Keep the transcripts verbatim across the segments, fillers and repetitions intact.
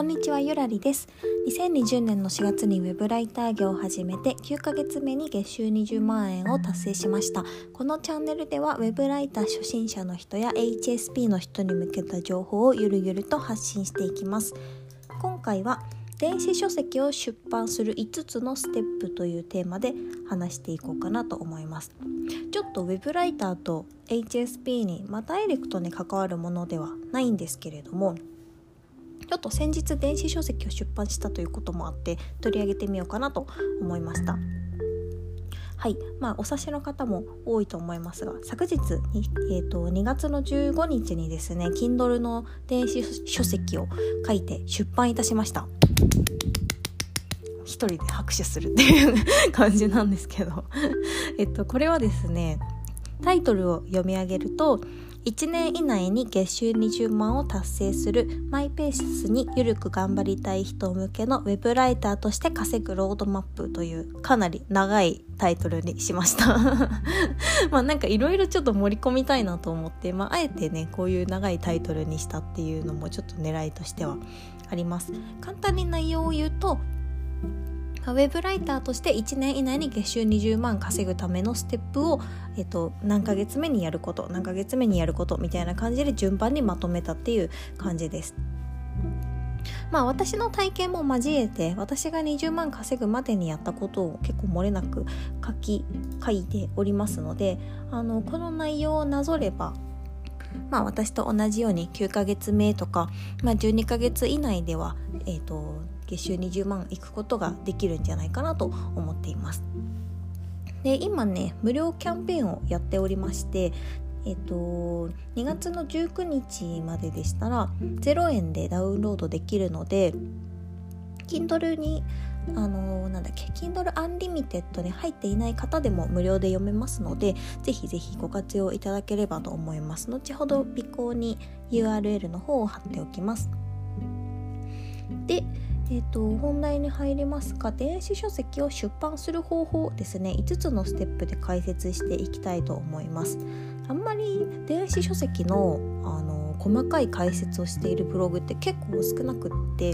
こんにちは、ゆらりです。にせんにじゅうねんのしがつにウェブライター業を始めてきゅうかげつめに月収にじゅうまんえんを達成しました。このチャンネルではウェブライター初心者の人や エイチエスピー の人に向けた情報をゆるゆると発信していきます。今回は電子書籍を出版するいつつのステップというテーマで話していこうかなと思います。ちょっとウェブライターと エイチエスピー に、まあ、ダイレクトに関わるものではないんですけれども、ちょっと先日電子書籍を出版したということもあって取り上げてみようかなと思いました。はい、まあお察しの方も多いと思いますが、昨日に、えーと、にがつのじゅうごにちにですね Kindle の電子書籍を書いて出版いたしました。一人で拍手するっていう感じなんですけどえっとこれはですね、タイトルを読み上げると、いちねん以内に月収にじゅうまんを達成するマイペースにゆるく頑張りたい人向けのウェブライターとして稼ぐロードマップというかなり長いタイトルにしましたまあなんかいろいろちょっと盛り込みたいなと思って、まあ、あえてねこういう長いタイトルにしたっていうのもちょっと狙いとしてはあります。簡単に内容を言うと、ウェブライターとしていちねん以内に月収にじゅうまん稼ぐためのステップを、えっと、何ヶ月目にやること何ヶ月目にやることみたいな感じで順番にまとめたっていう感じです。まあ私の体験も交えて、私がにじゅうまん稼ぐまでにやったことを結構漏れなく書き書いておりますので、あのこの内容をなぞれば、まあ私と同じようにきゅうかげつめとか、まあ、じゅうにかげつ以内では、えーと、月収にじゅうまんいくことができるんじゃないかなと思っています。で、今ね無料キャンペーンをやっておりまして、えっと、にがつのじゅうくにちまででしたらゼロえんでダウンロードできるので、 Kindle にあのなんだっけ Kindle Unlimited に入っていない方でも無料で読めますので、ぜひぜひご活用いただければと思います。後ほど備考に ユーアールエル の方を貼っておきます。で、えーと、本題に入りますが、電子書籍を出版する方法ですね、いつつのステップで解説していきたいと思います。あんまり電子書籍の、あの細かい解説をしているブログって結構少なくって、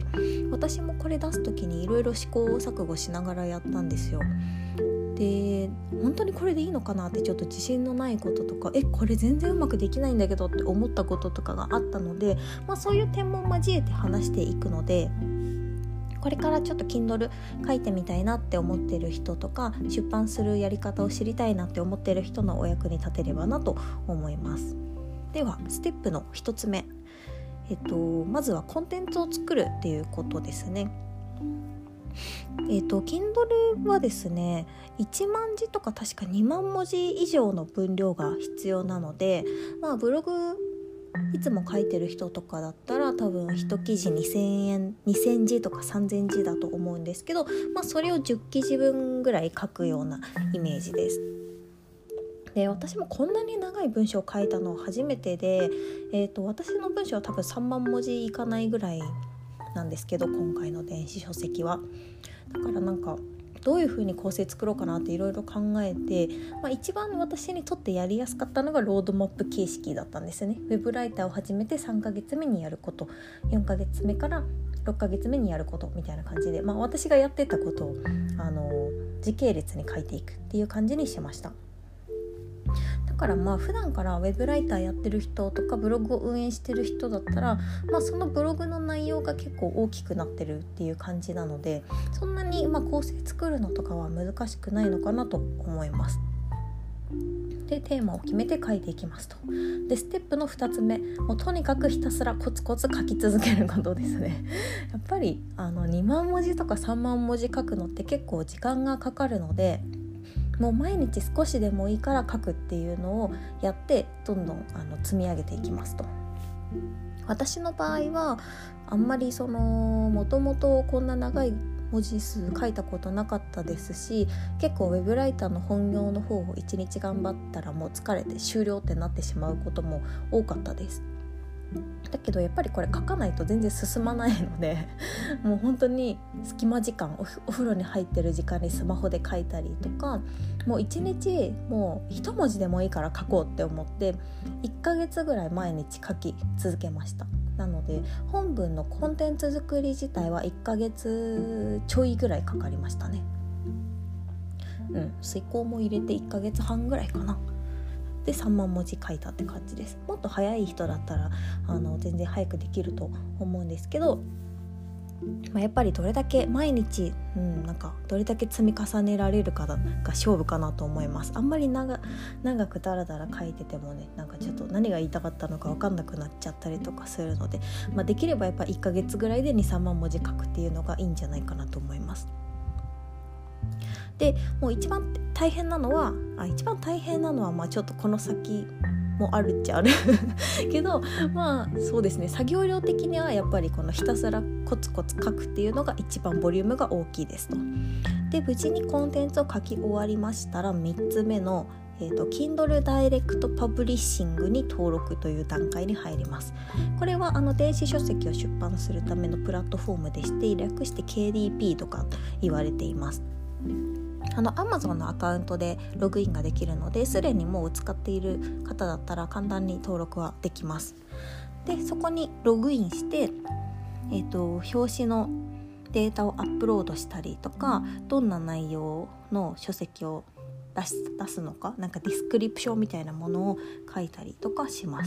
私もこれ出す時にいろいろ試行錯誤しながらやったんですよ。で、本当にこれでいいのかなってちょっと自信のないこととか、えこれ全然うまくできないんだけどって思ったこととかがあったので、まあ、そういう点も交えて話していくので、これからちょっと Kindle 書いてみたいなって思ってる人とか、出版するやり方を知りたいなって思ってる人のお役に立てればなと思います。ではステップのひとつめ、えっと、まずはコンテンツを作るっていうことですね。えっと Kindle はですね、いちまんじとか確かにまんもじ以上の分量が必要なので、まあブログいつも書いてる人とかだったら多分いち記事にせんえんにせんじとかさんぜんじだと思うんですけど、まあ、それをじゅっきじぶんぐらい書くようなイメージです。で、私もこんなに長い文章を書いたのは初めてで、えーと、私の文章は多分さんまんもじいかないぐらいなんですけど、今回の電子書籍はだからなんかどういう風に構成作ろうかなっていろいろ考えて、まあ、一番私にとってやりやすかったのがロードマップ形式だったんですね。ウェブライターを始めてさんかげつめにやること、よんかげつめからろっかげつめにやることみたいな感じで、まあ、私がやってたことをあの時系列に書いていくっていう感じにしました。だからまあ普段からウェブライターやってる人とかブログを運営してる人だったら、まあ、そのブログの内容が結構大きくなってるっていう感じなので、そんなにまあ構成作るのとかは難しくないのかなと思います。で、テーマを決めて書いていきますと。で、ステップのふたつめ、もうとにかくひたすらコツコツ書き続けることですね。やっぱりあのにまんもじとかさんまんもじ書くのって結構時間がかかるので、もう毎日少しでもいいから書くっていうのをやって、どんどんあの積み上げていきますと。私の場合はあんまりそのもともとこんな長い文字数書いたことなかったですし、結構ウェブライターの本業の方をいちにち頑張ったらもう疲れて終了ってなってしまうことも多かったです。だけどやっぱりこれ書かないと全然進まないのでもう本当に隙間時間、 お, お風呂に入ってる時間にスマホで書いたりとか、もう一日もう一文字でもいいから書こうって思っていっかげつぐらい毎日書き続けました。 なので本文のコンテンツ作り自体はいっかげつちょいぐらいかかりましたね。うん、遂行も入れていっかげつはんぐらいかな。でさんまんもじ書いたって感じです。もっと早い人だったらあの全然早くできると思うんですけど、まあ、やっぱりどれだけ毎日、うん、なんかどれだけ積み重ねられるかが勝負かなと思います。あんまり 長, 長くだらだら書いててもね、なんかちょっと何が言いたかったのか分かんなくなっちゃったりとかするので、まあ、できればやっぱいっかげつぐらいで にさんまんもじ書くっていうのがいいんじゃないかなと思います。でもう一番大変なのはあ一番大変なのはまあちょっとこの先もあるっちゃあるけど、まあそうですね、作業量的にはやっぱりこのひたすらコツコツ書くっていうのが一番ボリュームが大きいですと。で無事にコンテンツを書き終わりましたらみっつめの、えーと、Kindle Direct Publishing に登録という段階に入ります。これはあの電子書籍を出版するためのプラットフォームでして、略して ケーディーピー とか言われています。あの Amazon のアカウントでログインができるので、すでにもう使っている方だったら簡単に登録はできます。でそこにログインして、えーと、表紙のデータをアップロードしたりとか、どんな内容の書籍を出す、出すのか、なんかディスクリプションみたいなものを書いたりとかします。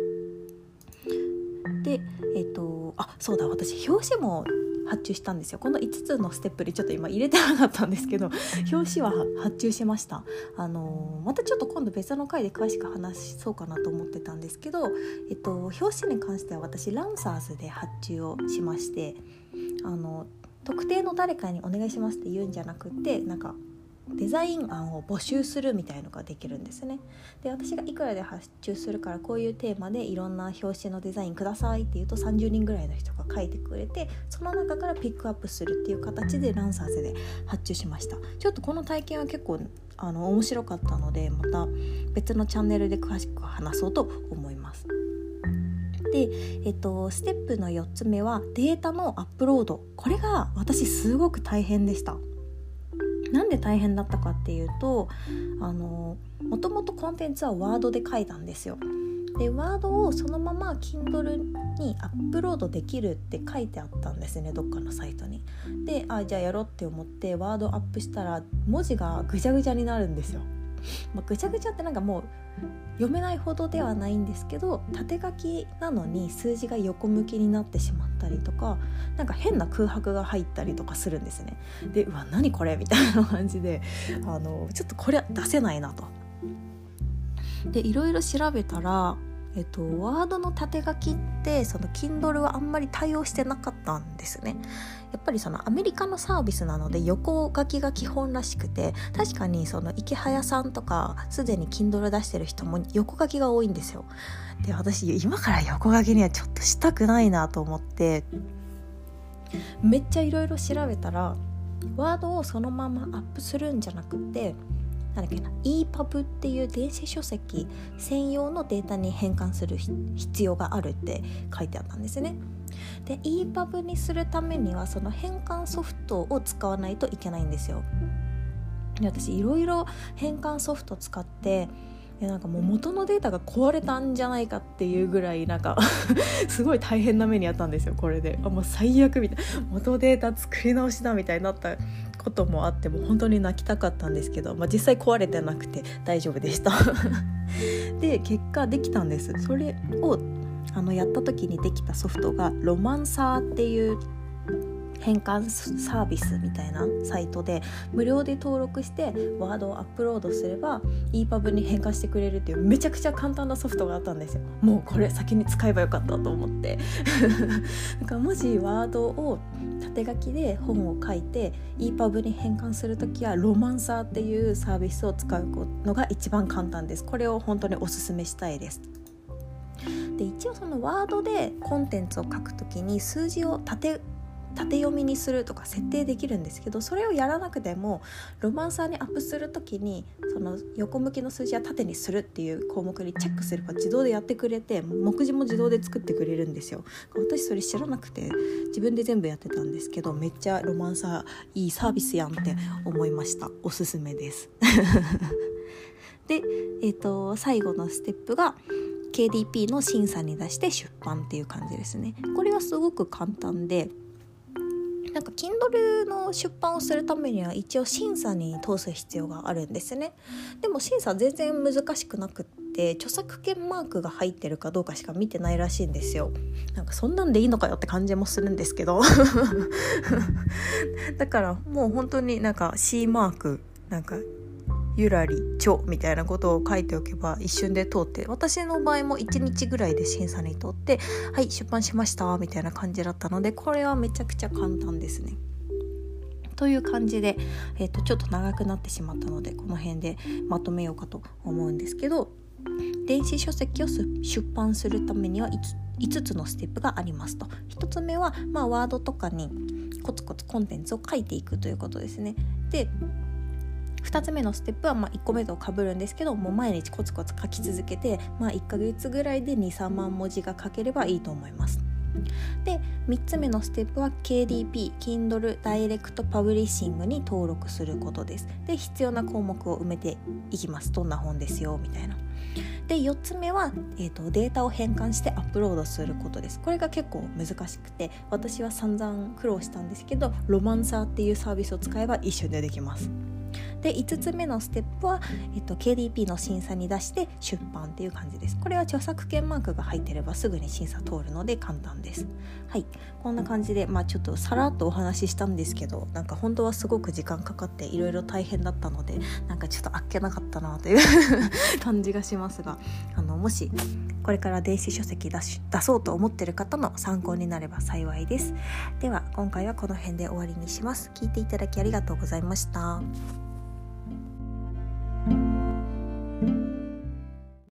で、えーと、あそうだ、私表紙も発注したんですよ。このいつつのステップでちょっと今入れてなかったんですけど、表紙は発注しました。あのー、またちょっと今度別の回で詳しく話そうかなと思ってたんですけど、えっと、表紙に関しては私ランサーズで発注をしまして、あの特定の誰かにお願いしますって言うんじゃなくて、なんかデザイン案を募集するみたいのができるんですね。で私がいくらで発注するからこういうテーマでいろんな表紙のデザインくださいって言うとさんじゅうにんぐらいの人が書いてくれて、その中からピックアップするっていう形でランサーズで発注しました。ちょっとこの体験は結構あの面白かったので、また別のチャンネルで詳しく話そうと思います。で、えっと、ステップのよっつめはデータのアップロード。これが私すごく大変でした。なんで大変だったかっていうと、あのもともとコンテンツはワードで書いたんですよ。でワードをそのまま Kindle にアップロードできるって書いてあったんですね、どっかのサイトに。であじゃあやろうって思ってワードアップしたら文字がぐちゃぐちゃになるんですよ。まあ、ぐちゃぐちゃってなんかもう読めないほどではないんですけど、縦書きなのに数字が横向きになってしまったりとか、なんか変な空白が入ったりとかするんですね。でうわ何これみたいな感じで、あのちょっとこれ出せないなと。でいろいろ調べたら、えっと、ワードの縦書きってその Kindle はあんまり対応してなかったんですね。やっぱりそのアメリカのサービスなので横書きが基本らしくて、確かにその池早さんとかすでに Kindle 出してる人も横書きが多いんですよ。で私今から横書きにはちょっとしたくないなと思ってめっちゃいろいろ調べたら、ワードをそのままアップするんじゃなくて、なんだっけな イーパブ っていう電子書籍専用のデータに変換する必要があるって書いてあったんですね。で イーパブ にするためにはその変換ソフトを使わないといけないんですよ。で私いろいろ変換ソフト使って、いやなんかもう元のデータが壊れたんじゃないかっていうぐらいなんかすごい大変な目にあったんですよ。これであもう最悪みたいな、元データ作り直しだみたいになったこともあって、もう本当に泣きたかったんですけど、まあ、実際壊れてなくて大丈夫でしたで結果できたんです。それをあのやった時にできたソフトがロマンサーっていう変換サービスみたいなサイトで無料で登録してワードをアップロードすれば イーパブ に変換してくれるっていうめちゃくちゃ簡単なソフトがあったんですよ。もうこれ先に使えばよかったと思ってなんかもしワードを縦書きで本を書いて イーパブ に変換するときはロマンサーっていうサービスを使うのが一番簡単です。これを本当におすすめしたいです。で一応そのワードでコンテンツを書くときに数字を縦縦読みにするとか設定できるんですけど、それをやらなくてもロマンサーにアップするときにその横向きの数字は縦にするっていう項目にチェックすれば自動でやってくれて、目次も自動で作ってくれるんですよ。私それ知らなくて自分で全部やってたんですけど、めっちゃロマンサーいいサービスやんって思いました。おすすめですで、えーと、最後のステップがケーディーピー の審査に出して出版っていう感じですね。これはすごく簡単で、なんか Kindle の出版をするためには一応審査に通す必要があるんですね。でも審査全然難しくなくって、著作権マークが入ってるかどうかしか見てないらしいんですよ。なんかそんなんでいいのかよって感じもするんですけどだからもう本当になんか C マーク、なんかゆらりちょみたいなことを書いておけば一瞬で通って、私の場合もいちにちぐらいで審査に通って、はい出版しましたみたいな感じだったので、これはめちゃくちゃ簡単ですね。という感じで、えーと、ちょっと長くなってしまったのでこの辺でまとめようかと思うんですけど、電子書籍を出版するためには 5, 5つのステップがありますと。ひとつめは、まあ、ワードとかにコツコツコンテンツを書いていくということですね。でふたつめのステップは、まあ、いっこめと被るんですけど、もう毎日コツコツ書き続けて、まあ、いっかげつぐらいで にさんまんもじが書ければいいと思います。でみっつめのステップは ケーディーピー Kindle Direct Publishing に登録することです。で必要な項目を埋めていきます。どんな本ですよみたいな。でよっつめは、えーと、データを変換してアップロードすることです。これが結構難しくて、私は散々苦労したんですけど、ロマンサーっていうサービスを使えば一瞬でできます。でいつつめのステップは、えっと、ケーディーピー の審査に出して出版っていう感じです。これは著作権マークが入ってればすぐに審査通るので簡単です。はい、こんな感じで、まあ、ちょっとさらっとお話ししたんですけど、なんか本当はすごく時間かかっていろいろ大変だったので、なんかちょっとあっけなかったなという感じがしますが、あのもしこれから電子書籍出し出そうと思っている方の参考になれば幸いです。では今回はこの辺で終わりにします。聞いていただきありがとうございました。